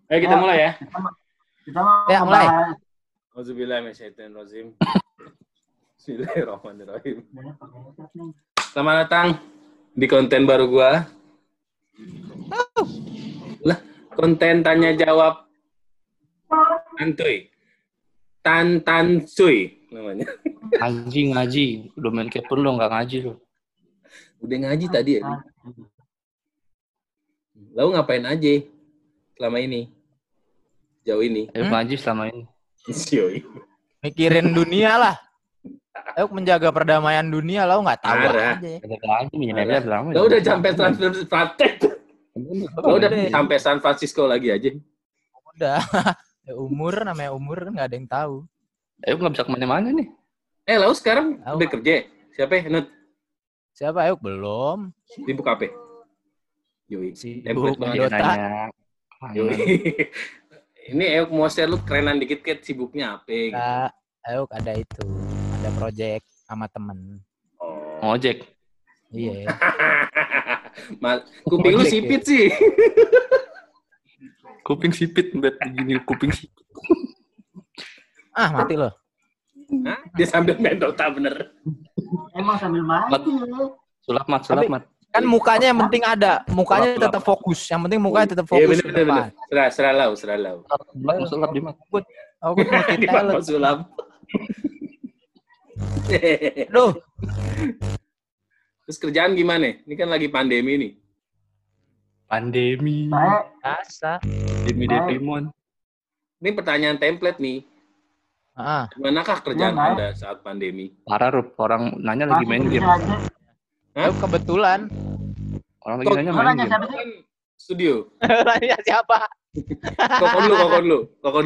Ayo kita mulai ya. Kita mau Ya, mulai. ngebahas. Auzubillahi minasyaitonirrajim. Bismillahirrahmanirrahim. Selamat datang di konten baru gua. Lah, konten tanya jawab Tantuy. Tansuy namanya. Ngaji. Udah main kepun lo nggak ngaji lo. Udah ngaji tadi ya. Lalu ngapain aja selama ini? Jauh ini. Ayo ngaji selama ini. Sioi. Mikirin dunia lah. Ayo menjaga perdamaian dunia lo nggak tahu Marah. aja. Ada ngaji menyebar lama. Lo udah sampai Lo udah sampai San Francisco lagi aja. Udah. Namanya umur nggak ada yang tahu. Ayo nggak bisa kemana-mana nih. Lo sekarang Tahu. udah kerja? Siapa ya? Nut? Siapa? Ayo belum. Sibuk apa? Yoi. Sibuk Template main banget. Dota. Nanya. Yoi. Ini Euk mau share lu kerenan dikit Ket, sibuknya apa gitu. Nah, ayo ada itu. Ada project sama temen. Oh. Ngojek. Iya. Kuping lu Ojek, sipit sih. Kuping sipit, bet begini kuping sipit. Ah, mati lo. Hah? Dia sambil main Dota bener. Emang sambil main. Sulap mat. Kan mukanya yang penting ada. Mukanya tetap fokus. Yang penting mukanya tetap Iya fokus. bener. Serah lau. Sulap di mat. Aku multi talent. Mau sulap. Duh, Terus kerjaan gimana? Ini kan lagi pandemi nih. Pandemi. Baik. biasa. Deprimon. Ini pertanyaan template nih. Ah, Gimanakah kerjaan Ya, baik. Anda saat pandemi? Parah Rup. Orang nanya lagi main game. ayo kebetulan. Orang lagi nanya Lo main nanya game. siapa sih? Kan studio. Nanya siapa? Kokon dulu. Oh iya. Kokon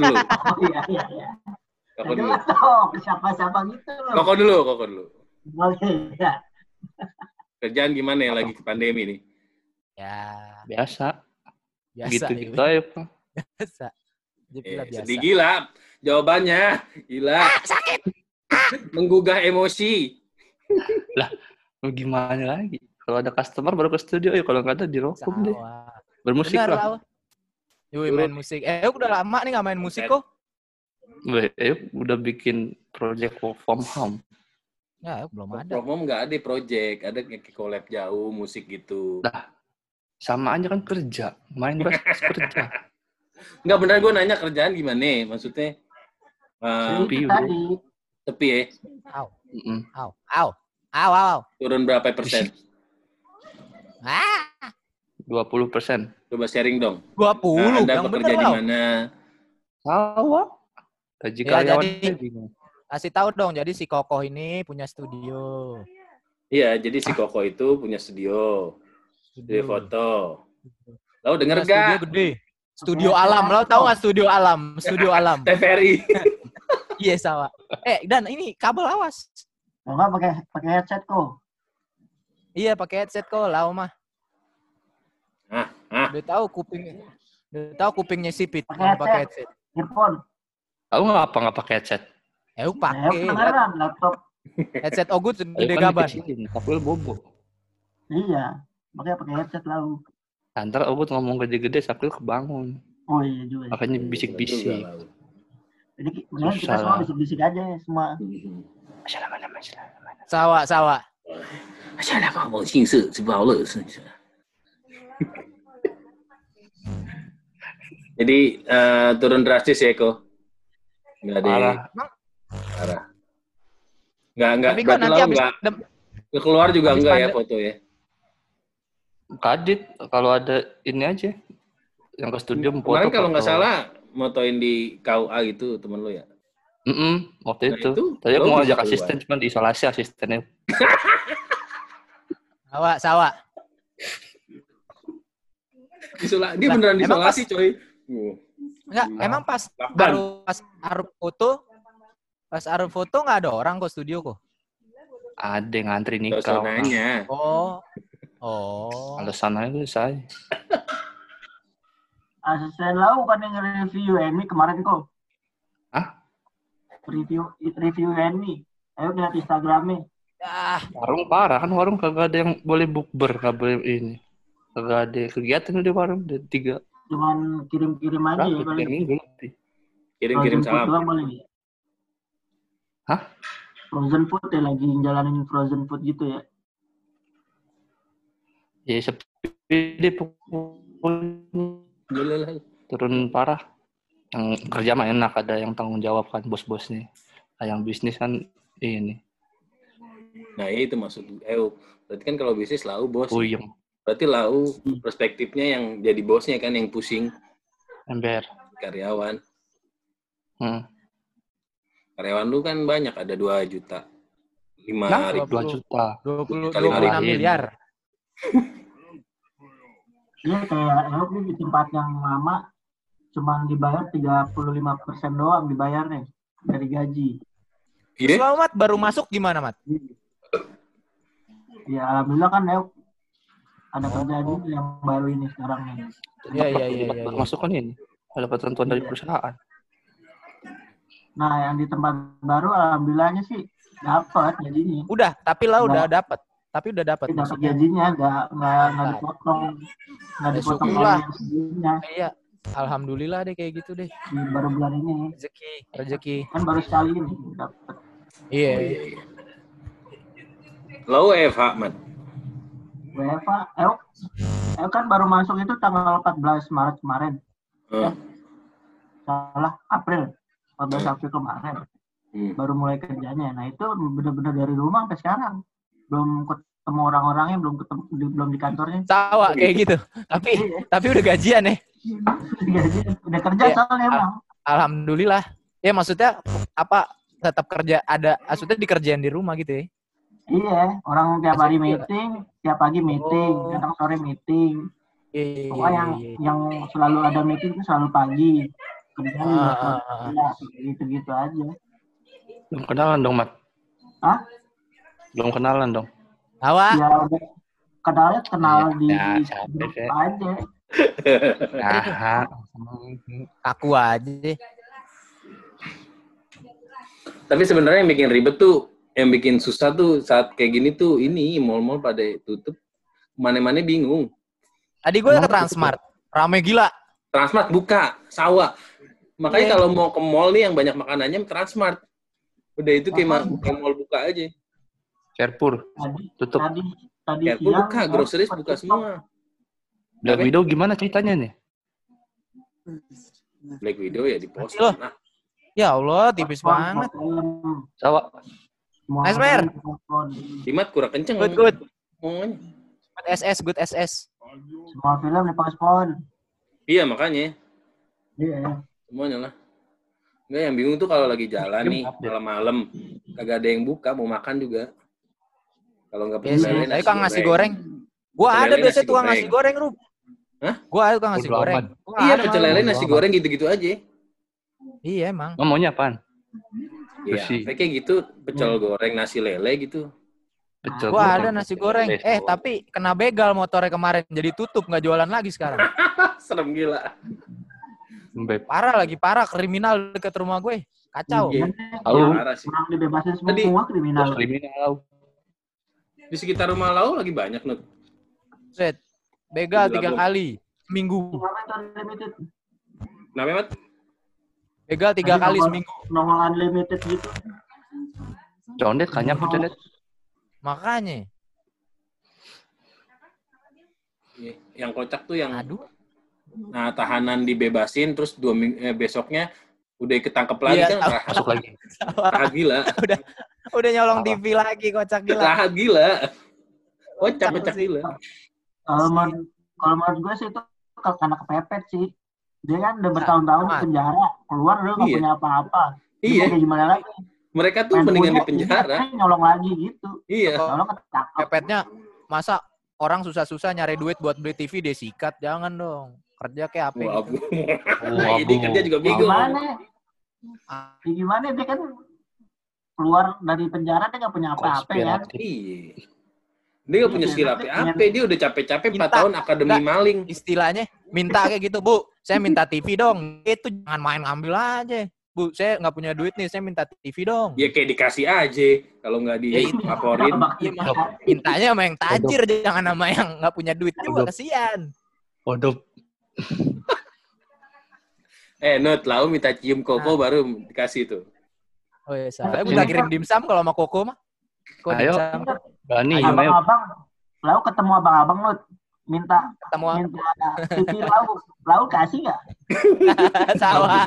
dulu. Jelas dong. Siapa gitu. Kokon dulu. Oke, ya. Kerjaan gimana yang lagi pandemi nih? Ya, Biasa. biasa. Gitu aja, Pak. Biasa. Dia bilang biasa. Sedih gila. Jawabannya gila. Sakit. Menggugah emosi. Mau gimana lagi? Kalau ada customer baru ke studio, ya kalau nggak ada di rokum deh. Sawah. Bermusik Benar lah. lah. Yui main musik. Udah lama nih nggak main musik kok. Udah bikin project work from home. Ya, belum ada. Promo nggak ada project, ada kayak collab jauh musik gitu. Sama aja kan kerja. Main bass kerja. Nggak benar gue nanya kerjaan gimana? Maksudnya Sepi, Tadi. tepi ya? Mm-mm. Au. Turun berapa persen? Ah, 20%. Coba sharing dong. 20. Anda Yang bekerja bener di loh. mana? Tahu. Gaji Ya, karyawannya jadi- bingung. Kasih tahu dong. Jadi si Kokoh ini punya studio. Iya, jadi si Koko itu punya studio foto. Lo denger Punya studio gak? gede. Studio alam. Lo tahu nggak studio alam? Studio alam. TVRI. Iya, sama. Dan ini kabel awas. Enggak pakai headset kok. Iya, pakai headset kok. Lau mah. Ah. Udah tahu kupingnya sipit. Pakai Pakai headset. headset. Earphone. Tahu nggak pakai headset? Ya, Pakai kedengeran laptop. headset Ogut gede Ayo kan gaban. dikecilin, tapi lu bobo. Iya. Makanya pakai headset lalu. Antar Obut ngomong gede-gede, Sakril kebangun. Oh iya juga. Makanya bisik-bisik. Jadi mendingan kita Susah semua lah. bisik-bisik aja semua. Assalamualaikum. Sawa. Jadi turun drastis ya, Ko? Nggak ada. Parah. Nggak. Tapi kok Berarti nanti lo habis nggak keluar juga habis enggak ya pandemi. foto ya? Kadit, kalau ada ini aja. Yang ke studio mau foto. Kemarin kalau nggak salah motoin di KUA gitu temen lo ya? Waktu Nah, itu. itu Tadi aku lo mau bisa ajak keluar. asisten, cuman diisolasi asistennya. Sawa. Dia beneran emang diisolasi, coy. Enggak, emang pas Lakban. pas Aruf foto nggak ada orang kok studio kok. Ada yang ngantri Nggak usah nikah. nanya. Oh. Alasan aja saya. Asisten lau kan yang review ini kemarin kok. Hah? Review ini. Ayo lihat Instagramnya. Warung parah kan, warung kagak ada yang boleh bukber, kagak boleh ini. Kagak ada kegiatan di warung, ada 3 Cuman kirim-kirim aja ya Berapa? paling. 3 minggu lebih. Kirim-kirim Frozen food salam. doang paling. Hah? Frozen food ya, lagi jalanin frozen food gitu ya. Ya sepi deh pokoknya. Gila lah. Turun parah. Yang kerja mah enak, ada yang tanggung jawab kan bos-bosnya. Nah, yang bisnis kan ini Nah itu maksud berarti kan kalau bisnis lau bos. puyeng, Berarti lau perspektifnya yang jadi bosnya kan yang pusing ember. karyawan. Hmm. Karyawan lu kan banyak, ada 2 juta. 5 Nah, ribu. 2 juta. 26 miliar. Iya kayak Eok nih di tempat yang lama cuman dibayar 35% doang dibayarnya dari gaji. Terus Iya? lo, Mat, baru masuk gimana, Mat? Ya alhamdulillah kan Eok ada kerjaan juga yang baru ini sekarang nih. Iya. Masuk kan ini. Ada ketentuan dari perusahaan. Nah yang di tempat baru alhamdulillahnya sih dapat gajinya. Udah, tapi lah udah dapat. Tapi udah dapat. Dapat gajinya nggak dipotong syukurlah. dari yang sebelumnya Iya, alhamdulillah deh kayak gitu deh. di baru bulan ini. Rezeki. Kan baru sekali ini dapat. Iya. Lau WFH, Mat. WFA, Eok kan baru masuk itu tanggal 14 Maret kemarin. Salah, April. 14 April kemarin. Baru mulai kerjanya. Nah itu benar-benar dari rumah sampai sekarang. Belum ketemu orang-orangnya, belum di kantornya. Tawa kayak gitu. Tapi udah gajian ya. Udah kerja soalnya emang. Alhamdulillah. Ya maksudnya apa tetap kerja ada, maksudnya dikerjain di rumah gitu ya. Iya, orang tiap hari meeting, tiap pagi meeting, kadang sore meeting. Pokoknya yang selalu ada meeting itu selalu pagi. Kerjaan gitu-gitu aja. Belum kenalan dong, Mat. Hah? Belum kenalan dong. Tawa. Ya udah kenal di grup aja. Aku aja. Tapi sebenarnya yang bikin ribet tuh, yang bikin susah tuh saat kayak gini tuh ini mall-mall pada tutup, mana-mana bingung. Tadi gue ke Transmart, rame gila. Transmart buka, sawah. Makanya kalau mau ke mall nih yang banyak makanannya Transmart. Udah itu kayak mall buka aja. Carrefour tutup. Tadi Carrefour buka, groceries buka semua. Black Widow gimana ceritanya nih? Black Widow ya di pos. Nah, ya Allah, tipis banget. Sawa. Nice, Mer. Dimat kurang kenceng. Good. Ngomongnya. Good SS. Semua film di postpone. Iya, makanya. Iya. Semuanya lah. Enggak, yang bingung tuh kalau lagi jalan nih, malam-malam. Kagak ada yang buka, mau makan juga. Kalau nggak pecel lele, tapi kan nasi goreng. Gua ada biasa tukang nasi goreng, Rub. Hah? Gua ada tukang nasi goreng. Iya, pecel lele, nasi goreng gitu-gitu aja. Iya, emang. Ngomongnya apaan? Iya, kayak gitu, pecel goreng, nasi lele gitu. Gua ada nasi goreng. Tapi kena begal motornya kemarin. Jadi tutup, nggak jualan lagi sekarang. Serem gila. Parah, kriminal dekat rumah gue. Kacau. Orang dibebasin semua kriminal. Di sekitar rumah Lau lagi banyak, Nut. Set. Begal 3 kali seminggu. Kenapa, Mat? Begal 3 kali seminggu. Nongol unlimited gitu. Condet, kanyak condet. Makanya. Yang kocak tuh yang... Aduh. Nah, tahanan dibebasin, terus besoknya udah ketangkep lagi kan. Masuk lagi. Rahat gila. Udah nyolong TV lagi, kocak gila. Rahat gila. Kocak gila. Kalau menurut gue sih itu karena kepepet sih. Dia kan udah bertahun-tahun di penjara, keluar udah nggak punya apa-apa. Iya. Gimana lagi? Mereka tuh mendingan di penjara. Nyolong lagi gitu. Iya. Nyolong ketangkep. Pepetnya masa orang susah-susah nyari duit buat beli TV dia sikat, jangan dong. Kerja kayak apa gitu. Jadi kerja juga bingung. Gimana dia kan keluar dari penjara dia nggak punya apa-apa ya. Iya. Dia nggak punya skill apa-apa. Dia udah capek-capek 4 tahun akademi maling. Istilahnya minta kayak gitu, Bu. Saya minta TV dong. Itu jangan main ngambil aja. Bu, saya nggak punya duit nih. Saya minta TV dong. Ya kayak dikasih aja. Kalau nggak dilaporin. Mintanya sama yang tajir, jangan sama yang nggak punya duit juga. Kasian. Waduh. Nut, lau minta cium Koko baru dikasih tuh. Oh iya, saya minta kirim dimsum kalau sama Koko mah. Kok Ayo. dimsum? Bani, abang-abang, lau ketemu abang-abang Nut, minta TV lau kasih nggak? Sawah.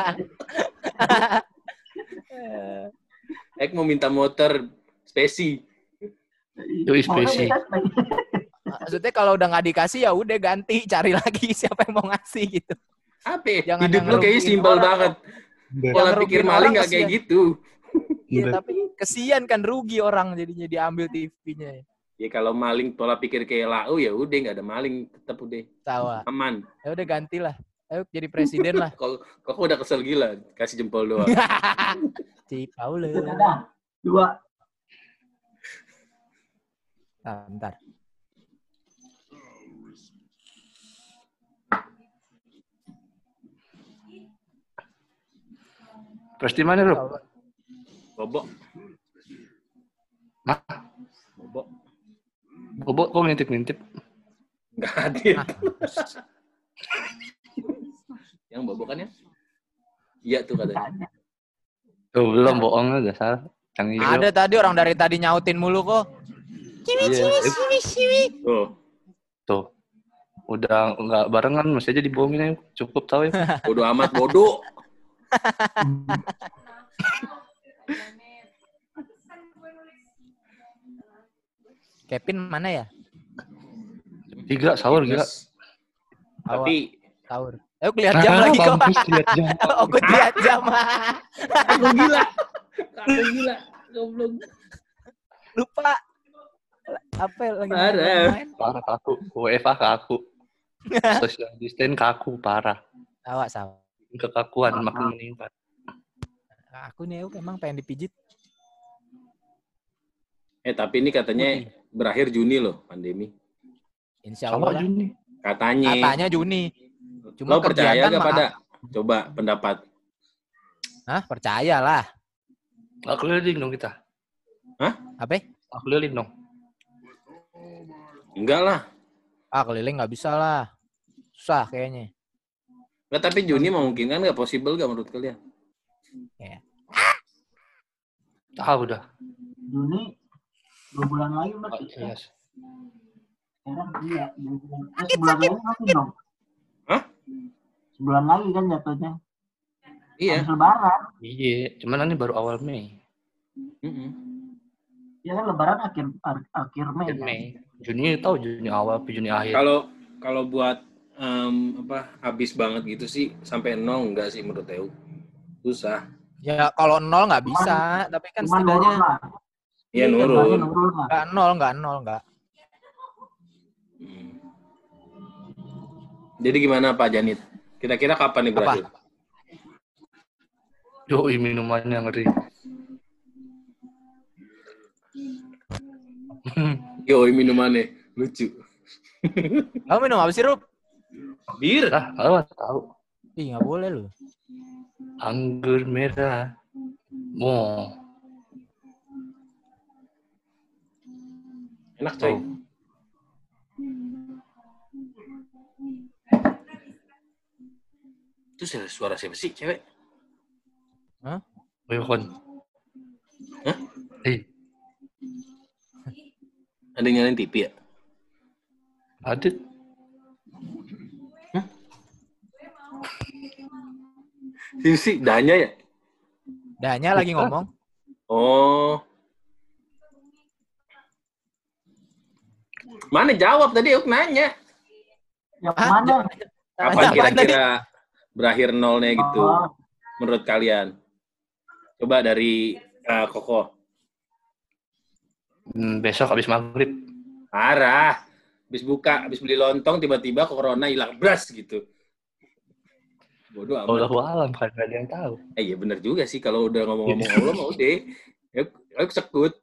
Mau minta motor spesi. Yoi spesi. Maksudnya kalau udah nggak dikasih ya udah ganti, cari lagi siapa yang mau ngasih gitu. Apa? Jangan Hidup lu kayaknya simpel banget. Pola pikir maling nggak kayak gitu. Iya, tapi kesian kan, rugi orang jadinya diambil TV-nya. Ya kalau maling pola pikir kayak lau ya udah nggak ada maling, tetap udah. Sawah. Aman. Ya udah gantilah. Ayo jadi presiden lah. Kok udah kesel gila, kasih jempol doang. Si Paul. Dua. Bentar. Terus di mana, Rup? Bobok. Hah? Bobok. Bobok kok ngintip-ngintip? Nggak hadir. Yang bobok kan ya? Iya tuh katanya. Tuh, belum bohong udah salah. Ada tadi orang dari tadi nyautin mulu kok. Ciwi. Tuh. Udah nggak barengan, masih aja dibohongin aja. Cukup tahu ya. Bodoh amat, bodoh. Kevin mana ya? 3 sahur gila. Tapi sahur. Ayo lihat jam lagi kok. Oh, gue lihat jam. Aku gila. Goblok. Lupa. Apa lagi main? Parah kaku. WFA kaku. Social distance kaku parah. Sawah. Kekakuan makin meningkat. Aku nih emang pengen dipijit. Tapi ini katanya berakhir Juni loh pandemi. Insya Allah Juni. Katanya Juni. Cuma lo percaya gak pada? Coba pendapat. Hah? Percayalah. Nggak keliling dong kita. Hah? Apa? Nggak keliling dong. Enggak lah. Keliling nggak bisa lah. Susah kayaknya. Nggak, tapi Juni memungkinkan nggak? Possible nggak menurut kalian? Ya. Udah. Juni 2 bulan lagi berarti. Yes. Iya. Sebulan lagi masih dong. Hah? Sebulan lagi kan jatuhnya. Iya. Habis Lebaran. Iya, cuman ini baru awal Mei. Ya kan Lebaran akhir Mei. Mei. Juni tahu Juni awal, Juni akhir. Kalau buat habis banget gitu sih sampai 0 enggak sih menurut EU. Susah. Ya kalau 0 nggak bisa, tapi kan setidaknya ya nurun. Nggak nol. Jadi gimana Pak Janit? Kira-kira kapan nih berakhir? Yoi, minumannya ngeri. Yoi, minumannya lucu. Kamu minum apa sih, Rup? Bir. Tahu. Ih, nggak boleh loh. Anggur merah. Enak coy. Itu suara siapa sih, cewek? Hah? Boyokon. Hah? Ada yang nyalain TV ya? Ada. Ini sih Danya ya? Danya lagi ngomong. Oh. Mana jawab tadi? Aku nanya. Yang mana? Kapan kira-kira berakhir nolnya gitu? Menurut kalian? Coba dari Koko. Besok habis maghrib. Parah. Habis beli lontong, tiba-tiba corona hilang bras gitu. Bodoh amat. Allahu alam kan, gak ada yang tahu. Iya benar juga sih, kalau udah ngomong-ngomong Allah mau deh. Ayo sekut.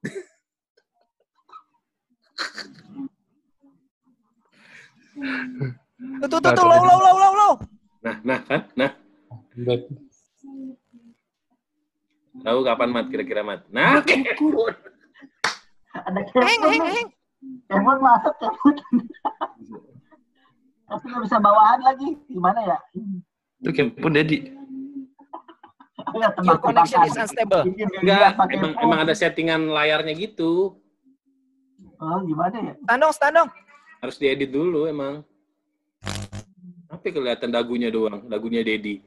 Tuh, low. Nah, kan? Nah. Tahu kapan Mat kira-kira Mat? Nah, ada heng. Kemot masuk kemot. Tapi nggak bisa bawaan lagi. Gimana ya? Itu Kepun Dedi. Your connection is unstable. Enggak, emang ada settingan layarnya gitu. Oh, gimana ya? Stand dong. Harus diedit dulu emang. Tapi kelihatan dagunya Dedi.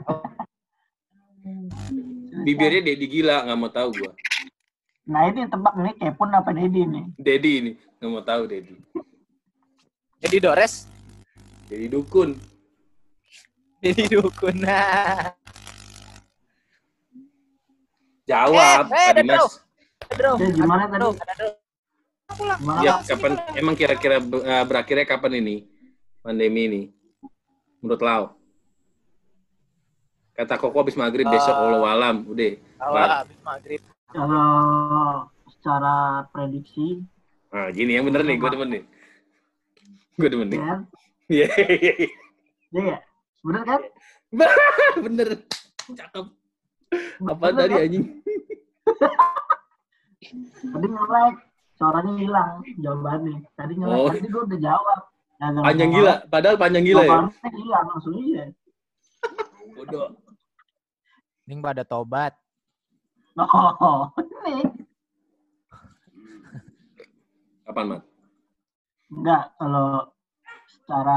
Bibirnya Dedi gila, nggak mau tahu gua. Nah ini tebak nih, Kepun apa Dedi nih? Dedi ini, nggak mau tahu Dedi. Dedi Dores. Dedi Dukun. Dedi Dukun. Jawab, Pak Dimas. Gimana tadi? Ya, kapan? Emang kira-kira berakhirnya kapan ini pandemi ini? Menurut Lau? Kata Koko habis maghrib besok Allah alam, udah. Habis maghrib. Kalau secara prediksi. Nah, gini yang bener nih, gue demen nih. Iya. Iya, bener kan? Bener, cakep. Apa tadi anjing? Tadi nge-like, suaranya hilang jawabannya. Tadi nge-like, tadi gue udah jawab. Panjang gila, padahal panjang gila ya? Jawabannya hilang, langsung iya. Bodoh. Ini pada tobat. Oh, ini. Kapan, Mat? Enggak, kalau secara,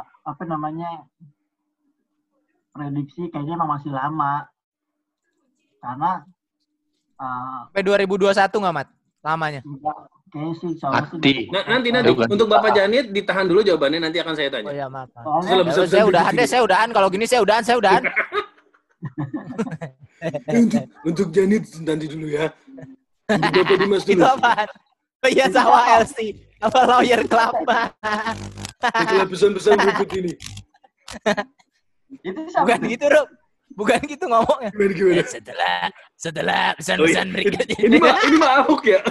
prediksi kayaknya emang masih lama. Karena sampai 2021 nggak, Mat? Lamanya? Kayaknya sih, soalnya Mati. Nanti. Untuk Bapak Janit, ditahan dulu jawabannya, nanti akan saya tanya. Oh ya, maaf. soalnya Saya udahan. Kalau gini saya udahan. Untuk Janit, nanti dulu ya. Untuk Bapak Dimas dulu. Itu apaan? Oh iya, sawah LC. Apa lawyer kelapa? Itulah pesan-pesan berikut ini. itu sama. Bukan gitu, Rob. Bukan gitu ngomongnya. Gimana? Setelah pesan-pesan berikut Ini mah Ahok ya?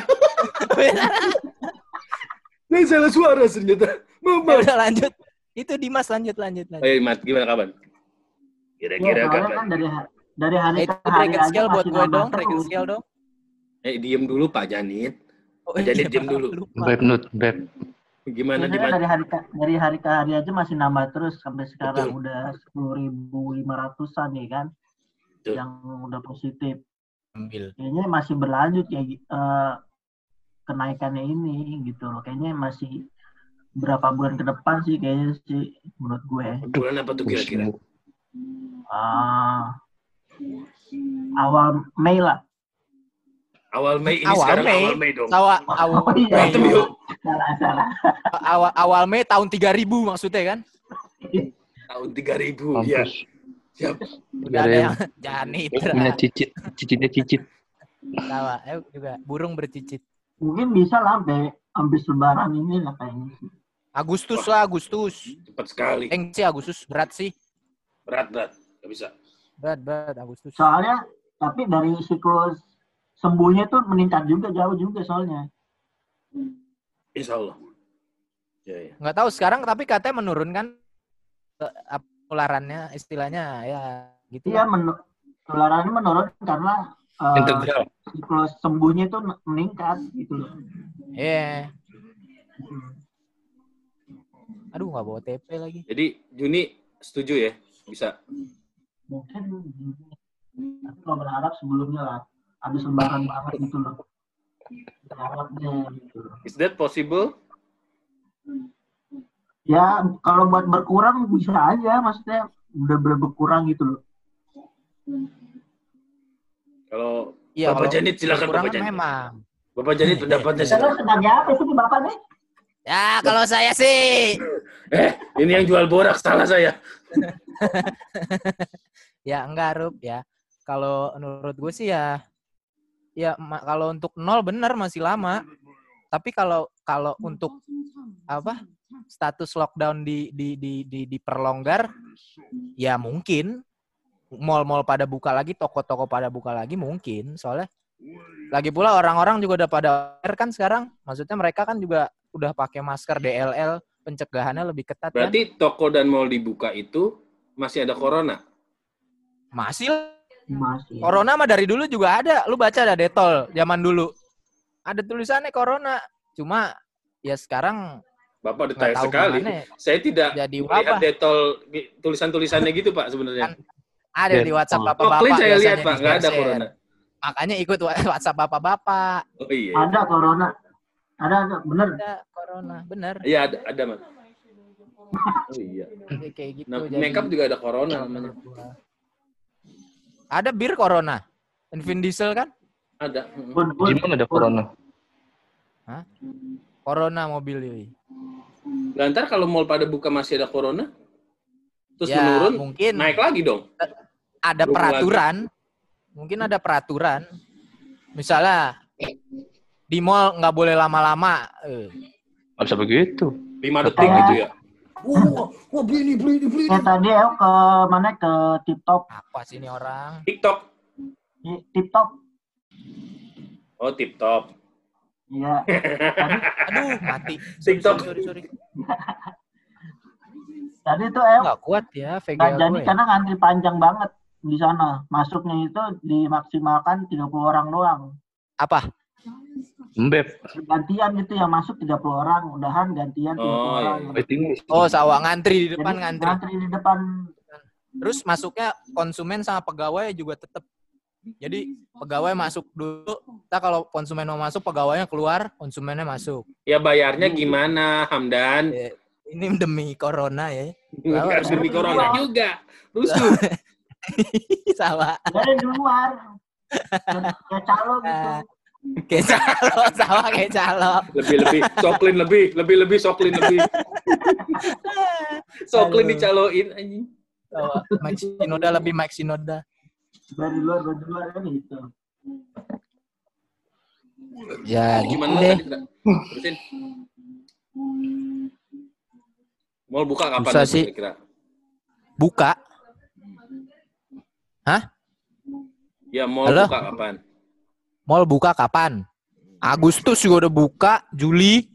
Nah, salah suara ternyata. Ya udah lanjut. Itu Dimas lanjut. Ayo, Mat, gimana kapan? Kira-kira kapan? Kan dari hari ke hari Dragon aja Scale buat masih gue nambah dong, terus. Dragon Scale dong. Diem dulu Pak Janit. Pak Janit diem dulu. Beb. Gimana Biasanya Dimas? dari hari ke hari aja masih nambah terus sampai sekarang. Betul. Udah 10.500-an ya kan. Betul. Yang udah positif. Ambil. Kayaknya masih berlanjut ya kenaikannya ini gitu loh. Kayaknya masih berapa bulan ke depan sih kayaknya sih menurut gue. Bulan apa tuh kira-kira? Awal Mei lah. Awal Mei ini Awal sekarang Mei. awal Mei dong. Awal Berantem yuk. Salah. awal Mei tahun 3000 maksudnya kan? Tahun 3000 ya. Siap. Udah ada yang Janit. Punya cicitnya cicit. Tawa, juga burung bercicit. Mungkin bisa lah sampai habis lebaran ini lah kayaknya. Agustus. Cepat sekali. Sih Agustus berat sih. Berat. Gak bisa. Berat Agustus. Soalnya tapi dari siklus sembuhnya tuh meningkat juga jauh juga soalnya. Insya Allah. Ya. Nggak tahu sekarang tapi katanya menurun kan penularannya istilahnya ya gitu. Iya, penularannya menurun karena Integral. siklus sembuhnya tuh meningkat gitu loh. Iya. Aduh nggak bawa TP lagi. Jadi Juni setuju ya? Bisa. Mungkin tapi kalau berharap sebelumnya lah habis lebaran banget gitu loh. Berharapnya gitu loh. Is that possible? Ya kalau buat berkurang bisa aja, maksudnya udah berkurang gitu loh. Kalau Iya, Bapak Janit silakan Bapak Janit. Memang. Bapak Janit pendapatnya Saya silakan. sebagai apa sih Bapak nih? Ya kalau saya sih. Ini yang jual borak salah saya. Ya enggak Rup ya. Kalau menurut gue sih ya kalau untuk 0 benar masih lama. Tapi kalau untuk apa? Status lockdown diperlonggar ya mungkin mall-mall pada buka lagi, toko-toko pada buka lagi mungkin. Soalnya lagi pula orang-orang juga udah pada kan sekarang. Maksudnya mereka kan juga udah pakai masker DLL, pencegahannya lebih ketat. Berarti kan? Toko dan mall dibuka itu masih ada corona? Masih. Corona mah dari dulu juga ada. Lu baca ada Detol zaman dulu. Ada tulisannya corona. Cuma ya sekarang Bapak detail sekali. Saya tidak lihat tulisan-tulisannya gitu, Pak, sebenarnya. Kan ada di WhatsApp bapak-bapak. Coklat saya lihat, Pak, nggak ada corona. Makanya ikut WhatsApp bapak-bapak. Oh iya. Ada corona. Ada, bener. Ada corona, bener. Iya, ada, Mas. Oh iya. Kayak gitu. Nah, makeup juga ada corona namanya. Ada bir corona. Vin Diesel kan? Ada. Gimana ada corona? Hah? Corona mobil ini. Nah, ntar kalau mall pada buka masih ada corona, terus ya, menurun, mungkin naik lagi dong. Ada peraturan. Lagi. Mungkin ada peraturan. Misalnya di mall nggak boleh lama-lama. Nggak bisa begitu. 5 detik gitu ya. Wah, beli ini. Tadi ke mana, ke TikTok. Apa sih ini orang? TikTok. TikTok. Oh, TikTok. Iya. Aduh, mati. TikTok. Sorry. Tadi tuh nggak kuat ya VGA jadi karena ngantri panjang banget di sana. Masuknya itu dimaksimalkan 30 orang doang. Apa? Mbep. Gantian gitu yang masuk 30 orang, udahan gantian 30 orang. Oh, sawah ngantri di depan. Jadi, ngantri di depan. Terus masuknya konsumen sama pegawai juga tetap. Jadi pegawai masuk dulu, kita kalau konsumen mau masuk, pegawainya keluar, konsumennya masuk. Ya bayarnya gimana, Hamdan? Ini demi corona ya. Enggak demi corona juga. Rusuh. Salah. Dari luar. Kayak calo gitu. Kayak calo, sama kayak calo. Lebih soklin lebih. Soklin dicaloin anjing. Mike Shinoda lebih Mike Shinoda. Dari luar kan gitu. Ya, gimana deh. Terusin. Mall buka kapan kira-kira? Buka? Hah? Ya, mall buka kapan? Mall buka kapan? Agustus juga udah buka, Juli.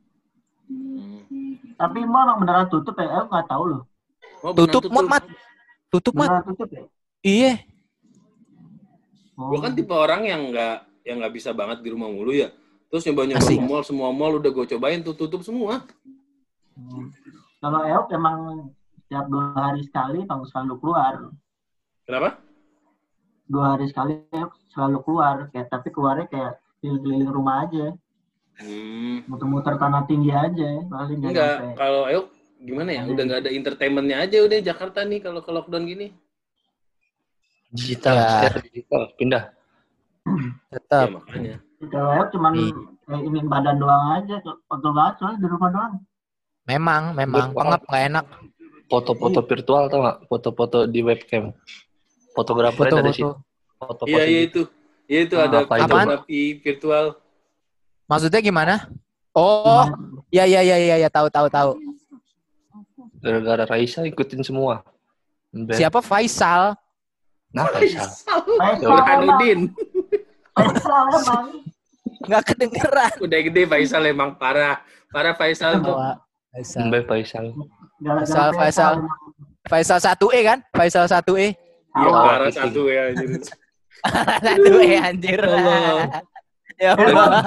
Tapi mall emang beneran tutup ya? Aku nggak tahu loh. Oh, tutup, Mat. Tutup, Mat. Tutup ya? Iya. Gue kan tipe orang yang nggak bisa banget di rumah mulu ya. Terus nyoba mall, semua mall udah gue cobain tuh tutup semua. Kalau Eok emang setiap 2 hari sekali Bang selalu keluar. Kenapa? 2 hari sekali Eok selalu keluar, tapi keluarnya kayak keliling rumah aja. Muter-muter tanah tinggi aja. Enggak, kalau Eok gimana ya? Udah nggak ada entertainmentnya aja udah Jakarta nih kalau ke lockdown gini. Digital, pindah. Tetap. Ya, makanya. Kalau Eok cuman ingin badan doang aja, foto banget soalnya di rumah doang. Memang pengap nggak enak. Foto-foto virtual tau nggak? Foto-foto di webcam. Fotografernya dari situ. Iya itu ada fotografi virtual. Maksudnya gimana? Oh, iya tahu. Gara-gara Raisa ikutin semua. Siapa Faisal? Nah, Faisal. Burhanuddin. Faisal emang. Nggak kedengeran. Udah gede Faisal emang parah Faisal tuh. Faisal 1E kan? Faisal 1E. Iya, parah 1E anjir. 1E anjir. Ya Allah.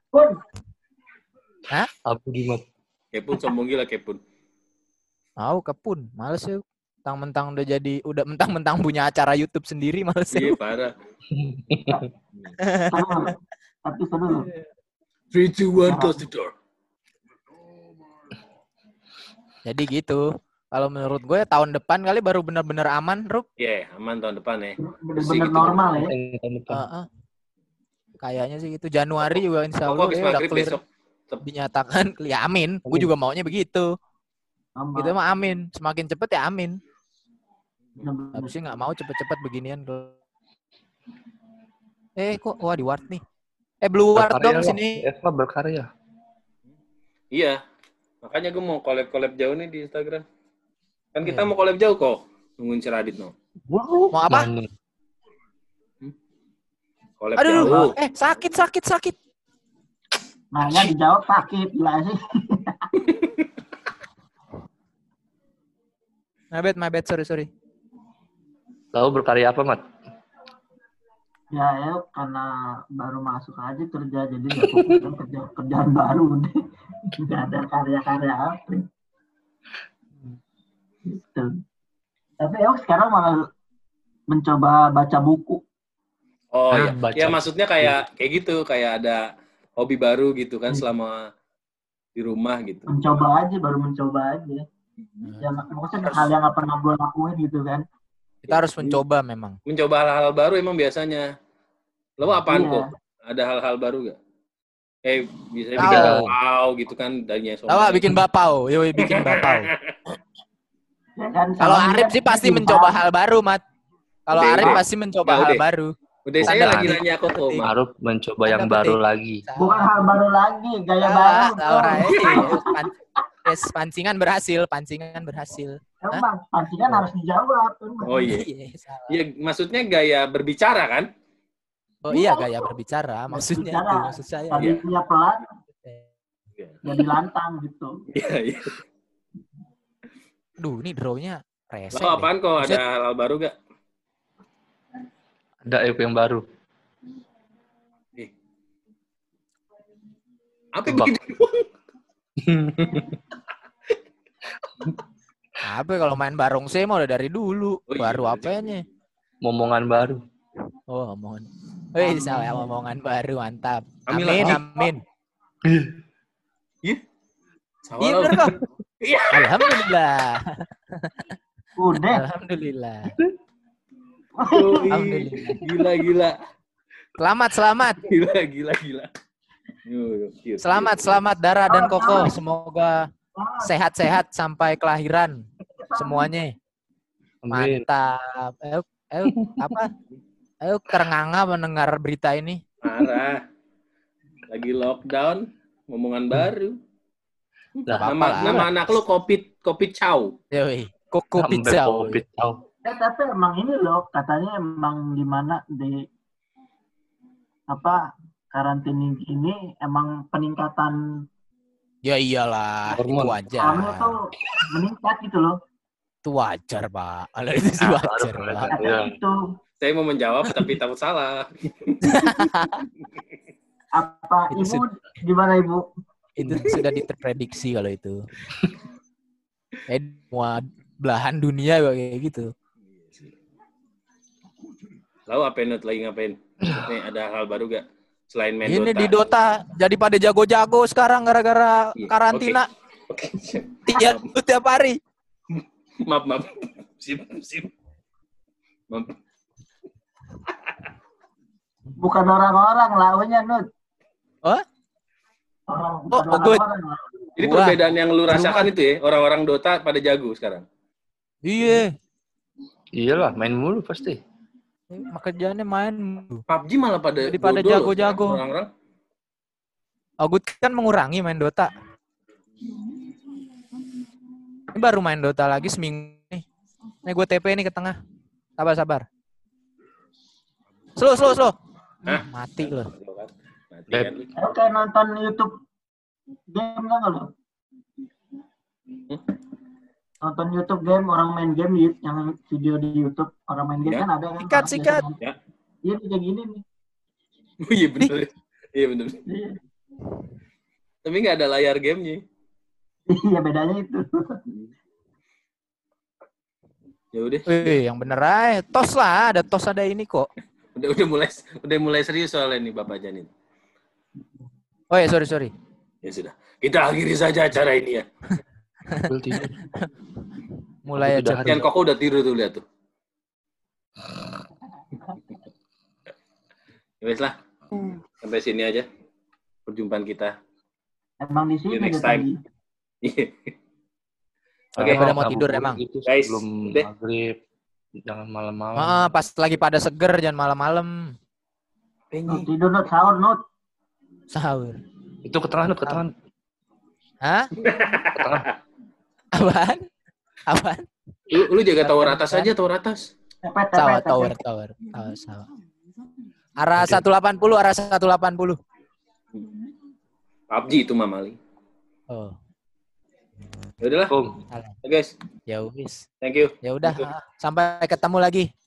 Hah? Apa gimana? Kepun sombong gila Kepun. Kepun, males ya. Mentang-mentang punya acara YouTube sendiri males ya. Iya, parah. Tapi seru. 3, 2, 1, close the door. Jadi gitu. Kalau menurut gue tahun depan kali baru benar-benar aman, Rup. Iya, aman tahun depan ya. Benar-benar normal ya. Kayaknya sih gitu. Januari juga insya Allah udah clear. Dinyatakan, ya amin. Gue juga maunya begitu. Gitu mah amin. Semakin cepet ya amin. Harusnya nggak mau cepet-cepet beginian. Kok di Ward nih? Blue Ward dong sini. Eva berkarya. Iya. Makanya gue mau collab jauh nih di Instagram. Kan kita mau collab jauh kok. Nungguin si Radit no. Mau apa? Collab jauh. Sakit. Nanya dijawab sakit. Gila sih. My bad, sorry. Tahu berkarya apa, Mat? Ya, karena baru masuk aja kerja, jadi ya kerjaan baru deh. Nggak ada karya-karya apa. Gitu. Tapi aku sekarang malah mencoba baca buku. Oh iya, baca. ya maksudnya kayak gitu, kayak ada hobi baru gitu kan selama di rumah gitu. Baru mencoba aja. Ya maksudnya hal yang nggak pernah gue lakuin gitu kan. Kita harus mencoba memang. Mencoba hal-hal baru emang biasanya. Lo apaan kok? Ada hal-hal baru gak? Bisa bikin bapau gitu kan darinya somai. Tahu bikin bapau, yoi bikin bapau. Ya kan, kalau Arif sih pasti mencoba hal baru, Mat. Kalau Arif pasti mencoba hal baru. Udah saya lagi nanya kok Arif mencoba yang baru lagi. Bukan hal baru lagi, gaya baru. Pancingan berhasil. Emang pancingan harus dijawab. Oh iya. Iya, maksudnya gaya berbicara kan? Oh iya, gaya berbicara. Maksudnya itu maksud saya. Tadi punya pelan, jadi lantang gitu. Iya. Duh, ini draw-nya rese. Lo apaan kok? Ada hal baru gak? Ada yang baru. Apa begitu? Apa kalau main barongsai mah udah dari dulu. Baru apanya? Momongan baru. Oh, omongan. Salah omongan baru, mantap. Amin. Iya. Iya bener kok. Iya. Alhamdulillah. Udah. Alhamdulillah. Alhamdulillah. Gila. Selamat. Gila. Selamat Dara dan Koko. Semoga sehat-sehat sampai kelahiran semuanya. Mantap. Ayo terenganga mendengar berita ini. Marah. Lagi lockdown, omongan baru. Nama anak lu Kopi Chow. Yoi, Kopi Chow. Tapi emang ini loh, katanya emang gimana di karantina ini emang peningkatan. Ya iyalah, itu wajar. Kamu tuh meningkat gitu loh. Itu wajar, Pak. Itu sih wajar, Pak. Itu. Saya mau menjawab tapi takut salah. Apa Ibu gimana Ibu? Itu sudah diterprediksi kalau itu. Semua belahan dunia kayak gitu. Lalu apa Nut lagi ngapain? Nih ada hal baru gak? Selain main ini Dota. Di Dota jadi pada jago-jago sekarang gara-gara karantina. Tiap hari. Maaf. Sip. Maaf. Bukan orang-orang launya Nut. Oh? Good. Jadi perbedaan yang lu rasakan itu ya, orang-orang Dota pada jago sekarang. Iya. Iyalah, main mulu pasti. Kerjaannya main. PUBG malah pada jago-jago. Orang-orang. Good kan mengurangi main Dota. Ini baru main Dota lagi seminggu nih. Ini gue TP nih ke tengah. Sabar. Slow. Mati loh. Oke, nonton YouTube game nggak lo? Nonton YouTube game, orang main game yang video di YouTube orang main game kan ada kan? Sikat. Iya kayak gini nih. Oh iya bener. Iya. Tapi nggak ada layar gamenya. Iya bedanya itu. Ya udah. Yang bener aja. Tos lah, ada ini kok. Udah mulai serius soalnya nih Bapak Janin. Oh ya, sorry. Ya sudah. Kita akhiri saja acara ini ya. Mulai aja. Kan Koko udah tidur tuh, lihat tuh. Ya wes lah. Sampai sini aja perjumpaan kita. Emang di sini next time. Oke, pada mau tidur emang. Guys, belum maghrib. Jangan malam-malam. Pas lagi pada seger, jangan malam-malam. Tidur Nut, Sahur. Itu ke tengah. Hah? Apaan? Lu jaga tower atas aja, tower atas. Tower. Arah 180. PUBG itu Mamali. Oh. Ya udahlah. Guys. Ya wis. Thank you. Ya udah, sampai ketemu lagi.